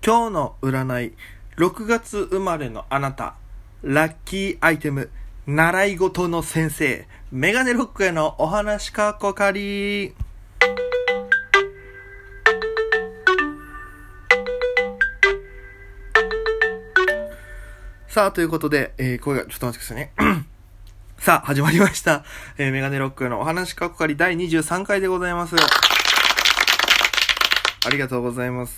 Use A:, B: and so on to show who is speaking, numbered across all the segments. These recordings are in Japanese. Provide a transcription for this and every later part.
A: 今日の占い、6月生まれのあなた、ラッキーアイテム、習い事の先生、メガネロックへのお話かっこかり。さあ、ということで、声がちょっと待ってくださいね。さあ、始まりました。メガネロックへのお話かっこかり第23回でございます。ありがとうございます。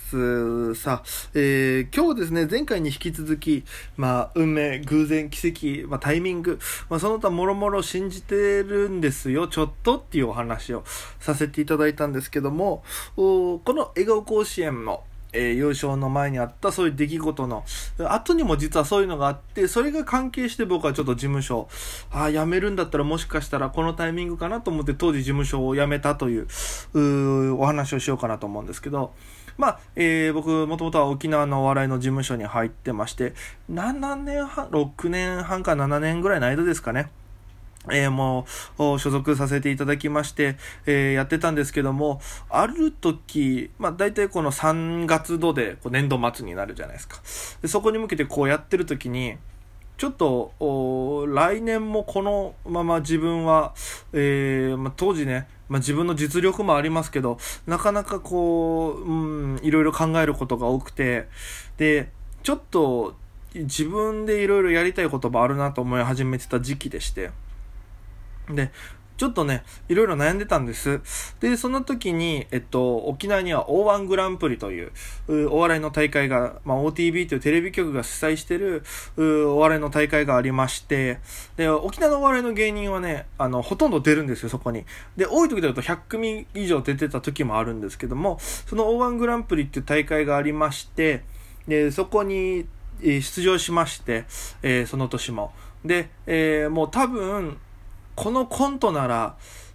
A: さあ、今日ですね、前回に引き続き、運命、偶然、奇跡、タイミング、その他もろもろ信じてるんですよ、ちょっとっていうお話をさせていただいたんですけども、この笑顔甲子園の優勝の前にあったそういう出来事の後にも実はそういうのがあって、それが関係して僕はちょっと事務所辞めるんだったらもしかしたらこのタイミングかなと思って当時事務所を辞めたというお話をしようかなと思うんですけど、僕もともとは沖縄のお笑いの事務所に入ってまして、7年半6年半か7年ぐらいの間ですかね、もう所属させていただきまして、やってたんですけども、ある時、大体この3月度で年度末になるじゃないですか。でそこに向けてやってる時に、ちょっと来年もこのまま自分は、当時ね、自分の実力もありますけど、なかなかいろいろ考えることが多くて、でちょっと自分でいろいろやりたいこともあるなと思い始めてた時期でして、でちょっとねいろいろ悩んでたんです。でその時に沖縄には O1 グランプリというお笑いの大会が、OTB というテレビ局が主催しているお笑いの大会がありまして、で沖縄のお笑いの芸人はねほとんど出るんですよ、そこに。で多い時だと100組以上出てた時もあるんですけども、その O1 グランプリっていう大会がありまして、でそこに出場しまして、その年もで、もう多分このコントなら、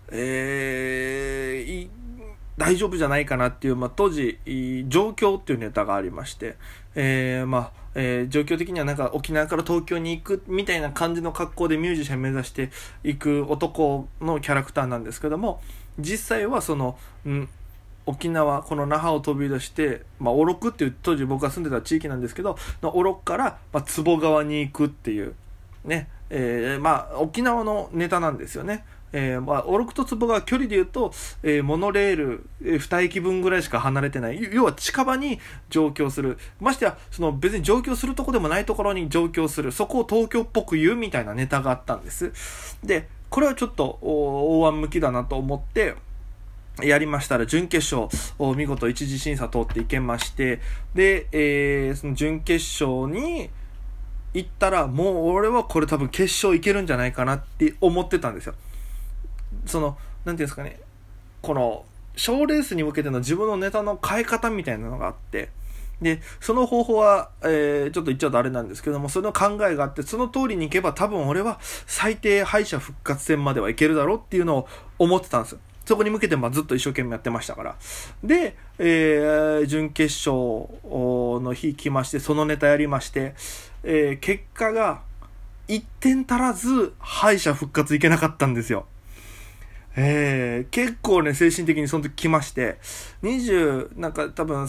A: 大丈夫じゃないかなっていう、当時状況っていうネタがありまして、状況的には沖縄から東京に行くみたいな感じの格好でミュージシャン目指していく男のキャラクターなんですけども、実際は沖縄この那覇を飛び出して、小禄っていう当時僕が住んでた地域なんですけど、小禄から坪川に行くっていうね、沖縄のネタなんですよね。小禄と坪川距離で言うと、モノレール2駅分ぐらいしか離れてない、要は近場に上京する、ましてや別に上京するとこでもないところに上京する、そこを東京っぽく言うみたいなネタがあったんです。でこれはちょっと大案向きだなと思ってやりましたら、準決勝見事一次審査通っていけまして、で、その準決勝に行ったら、もう俺はこれ多分決勝いけるんじゃないかなって思ってたんですよ。なんていうんですかね、この賞レースに向けての自分のネタの変え方みたいなのがあって、でその方法は、ちょっと言っちゃうとあれなんですけども、その考えがあって、その通りにいけば多分俺は最低敗者復活戦まではいけるだろうっていうのを思ってたんですよ。そこに向けてずっと一生懸命やってましたから。で、準決勝の日来まして、そのネタやりまして、結果が1点足らず敗者復活いけなかったんですよ。結構ね精神的にその時来まして、多分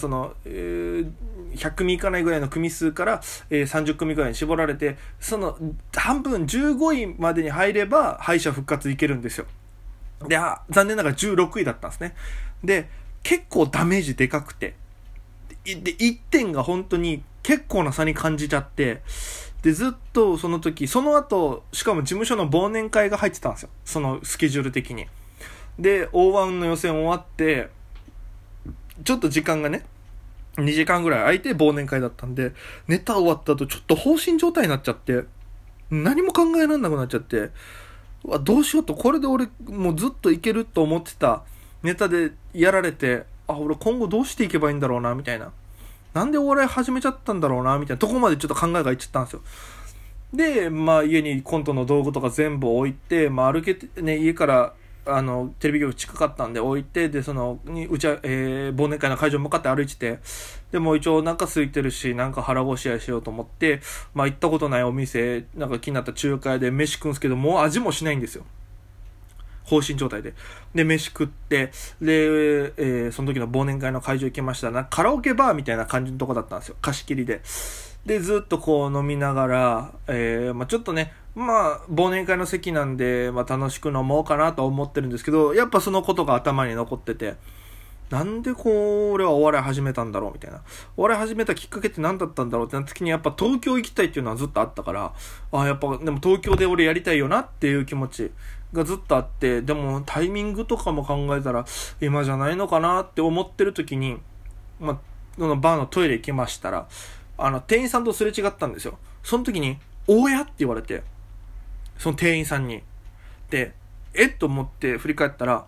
A: 100組いかないぐらいの組数から、30組ぐらいに絞られて、その半分15位までに入れば敗者復活いけるんですよ。で残念ながら16位だったんですね。で結構ダメージでかくて、で1点が本当に結構な差に感じちゃって、でずっとその後しかも事務所の忘年会が入ってたんですよ、そのスケジュール的に。で O1 の予選終わって、ちょっと時間がね2時間ぐらい空いて忘年会だったんで、ネタ終わった後ちょっと放心状態になっちゃって、何も考えられなくなっちゃって、どうしようと、これで俺もうずっといけると思ってたネタでやられて、俺今後どうしていけばいいんだろうなみたいな、なんでお笑い始めちゃったんだろうなみたいなとこまでちょっと考えがいっちゃったんですよ。で家にコントの道具とか全部置いて、歩けてね、家からテレビ局近かったんで置いて、で忘年会の会場に向かって歩いてて、でも一応お腹空いてるし腹ごしらえしようと思って、行ったことないお店気になった中華屋で飯食うんですけど、もう味もしないんですよ。 放心状態で。で、飯食って、で、その時の忘年会の会場行きましたら、カラオケバーみたいな感じのとこだったんですよ。貸し切りで。で、ずっとこう飲みながら、ちょっとね、忘年会の席なんで、楽しく飲もうかなと思ってるんですけど、やっぱそのことが頭に残ってて、なんで俺はお笑い始めたんだろうみたいな。お笑い始めたきっかけって何だったんだろうってなった時に、やっぱ東京行きたいっていうのはずっとあったから、やっぱでも東京で俺やりたいよなっていう気持ちがずっとあって、でもタイミングとかも考えたら今じゃないのかなって思ってる時に、そのバーのトイレ行きましたら、店員さんとすれ違ったんですよ。その時に、大家って言われて、その店員さんに。で、と思って振り返ったら、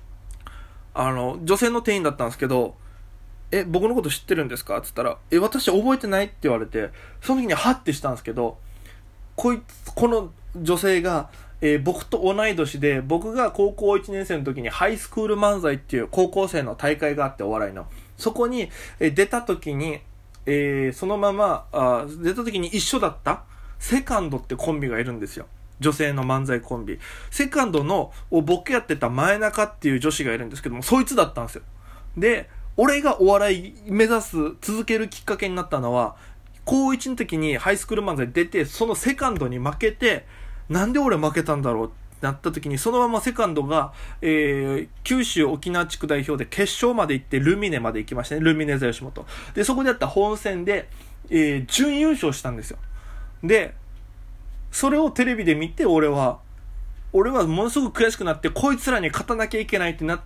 A: 女性の店員だったんですけど、僕のこと知ってるんですかって言ったら、私覚えてないって言われて、その時にハッてしたんですけど、この女性が、僕と同い年で、僕が高校1年生の時にハイスクール漫才っていう高校生の大会があって、お笑いの。そこに、出た時に、そのまま出た時に一緒だったセカンドってコンビがいるんですよ。女性の漫才コンビ。セカンドのボケやってた前中っていう女子がいるんですけども、そいつだったんですよ。で、俺がお笑い目指す、続けるきっかけになったのは、高1の時にハイスクール漫才出て、そのセカンドに負けて、なんで俺負けたんだろうってなった時に、そのままセカンドが、九州沖縄地区代表で決勝まで行ってルミネまで行きましたね。ルミネ座吉本。で、そこでやった本戦で、準優勝したんですよ。で、それをテレビで見て俺はものすごく悔しくなって、こいつらに勝たなきゃいけないってなって、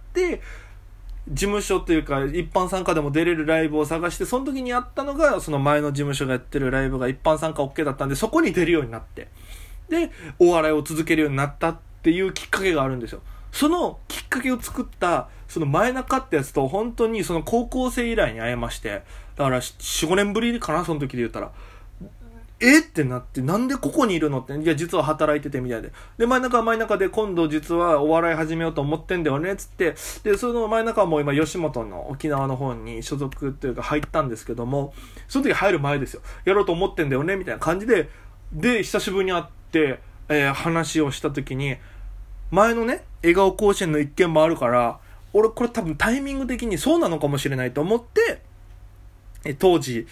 A: 事務所というか一般参加でも出れるライブを探して、その時にやったのがその前の事務所がやってるライブが一般参加 OK だったんで、そこに出るようになって、でお笑いを続けるようになったっていうきっかけがあるんですよ。そのきっかけを作ったその前中ってやつと本当にその高校生以来に会えまして、だから 4,5 年ぶりかな、その時で言ったらってなって、なんでここにいるのって、いや実は働いててみたいで、で前中で今度実はお笑い始めようと思ってんだよねっつって、でその前中はもう今吉本の沖縄の方に所属というか入ったんですけども、その時入る前ですよ、やろうと思ってんだよねみたいな感じで久しぶりに会って、話をした時に、前のね笑顔甲子園の一件もあるから、俺これ多分タイミング的にそうなのかもしれないと思って、当時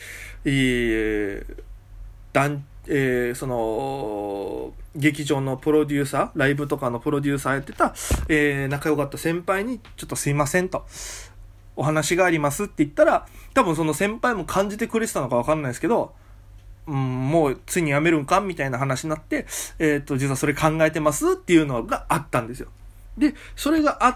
A: その劇場のプロデューサー、ライブとかのプロデューサーやってた、仲良かった先輩にちょっとすいませんとお話がありますって言ったら、多分その先輩も感じてくれてたのか分かんないですけど、もうついに辞めるんかみたいな話になって、実はそれ考えてますっていうのがあったんですよ。でそれがあって、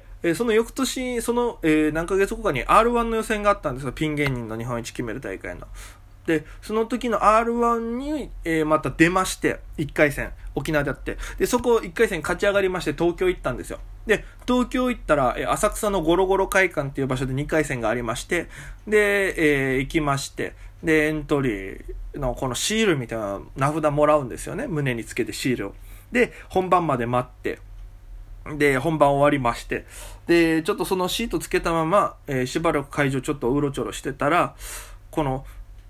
A: その翌年その、何ヶ月後かに R1 の予選があったんですよ。ピン芸人の日本一決める大会の。でその時の R1 に、また出まして、1回戦沖縄であって、でそこ1回戦勝ち上がりまして東京行ったんですよ。で東京行ったら、浅草のゴロゴロ会館っていう場所で2回戦がありまして、で、行きまして、でエントリーのこのシールみたいな名札もらうんですよね、胸につけてシールを。で本番まで待って、で本番終わりまして、でちょっとそのシートつけたまま、しばらく会場ちょっとうろちょろしてたら、この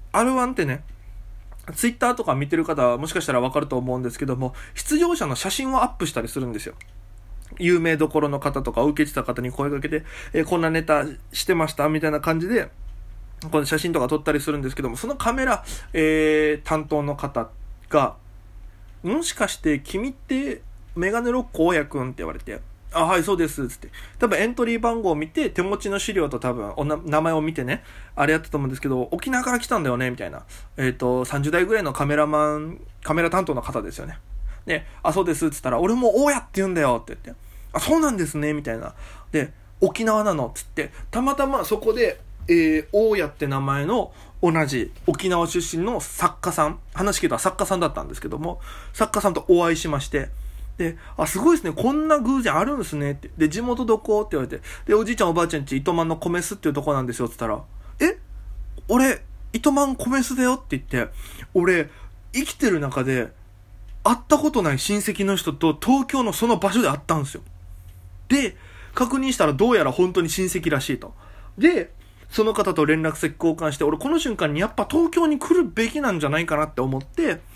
A: R1 ってね、ツイッターとか見てる方はもしかしたら分かると思うんですけども、出場者の写真をアップしたりするんですよ。有名どころの方とか受けてた方に声かけて、こんなネタしてましたみたいな感じでこの写真とか撮ったりするんですけども、そのカメラ、担当の方が、もしかして君ってメガネロック大家くんって言われて、あ、はいそうですつって、多分エントリー番号を見て、手持ちの資料と多分名前を見てね、あれやったと思うんですけど、沖縄から来たんだよねみたいな、30代ぐらいのカメラ担当の方ですよね。で、あ、そうですっつったら、俺も大家って言うんだよって言って、あ、そうなんですねみたいな。で、沖縄なのっつって、たまたまそこで、大家って名前の同じ沖縄出身の作家さん、話聞いたら作家さんだったんですけども、作家さんとお会いしまして、で、あ、すごいですね、こんな偶然あるんですねって。で、地元どこって言われて、で、おじいちゃんおばあちゃんち糸満の米須っていうとこなんですよって言ったら、俺糸満米須だよって言って、俺生きてる中で会ったことない親戚の人と東京のその場所で会ったんですよ。で、確認したらどうやら本当に親戚らしいと。で、その方と連絡先交換して、俺この瞬間にやっぱ東京に来るべきなんじゃないかなって思って、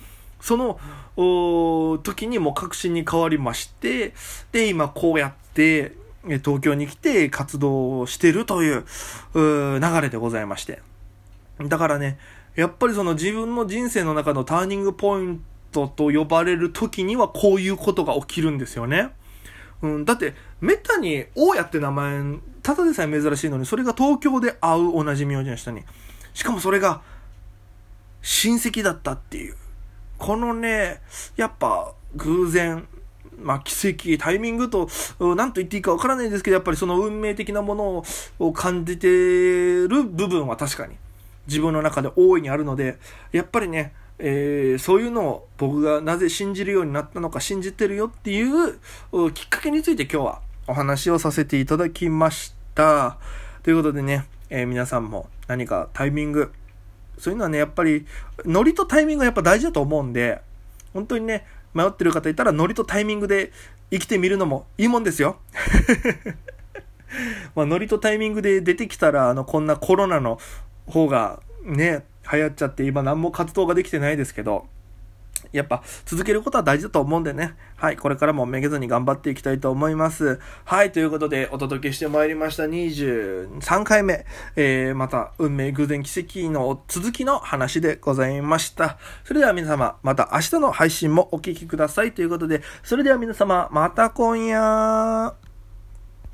A: その時にもう確信に変わりまして、で今こうやって東京に来て活動をしてるという流れでございまして、だからね、やっぱりその自分の人生の中のターニングポイントと呼ばれる時にはこういうことが起きるんですよね。だってめったに大家って名前ただでさえ珍しいのに、それが東京で会う同じ名字の人に、しかもそれが親戚だったっていう、このね、やっぱ偶然、奇跡、タイミングと何と言っていいかわからないですけど、やっぱりその運命的なものを感じてる部分は確かに自分の中で大いにあるので、やっぱりね、そういうのを僕がなぜ信じるようになったのか、信じてるよっていうきっかけについて今日はお話をさせていただきました。ということでね、皆さんも何かタイミング、そういうのはね、やっぱりノリとタイミングがやっぱ大事だと思うんで、本当にね、迷ってる方いたらノリとタイミングで生きてみるのもいいもんですよ。ノリとタイミングで出てきたらこんなコロナの方がね流行っちゃって今何も活動ができてないですけど、やっぱ続けることは大事だと思うんでね、はい、これからもめげずに頑張っていきたいと思います。はい、ということでお届けしてまいりました23回目、また運命偶然奇跡の続きの話でございました。それでは皆様、また明日の配信もお聞きくださいということで、それでは皆様、また今夜。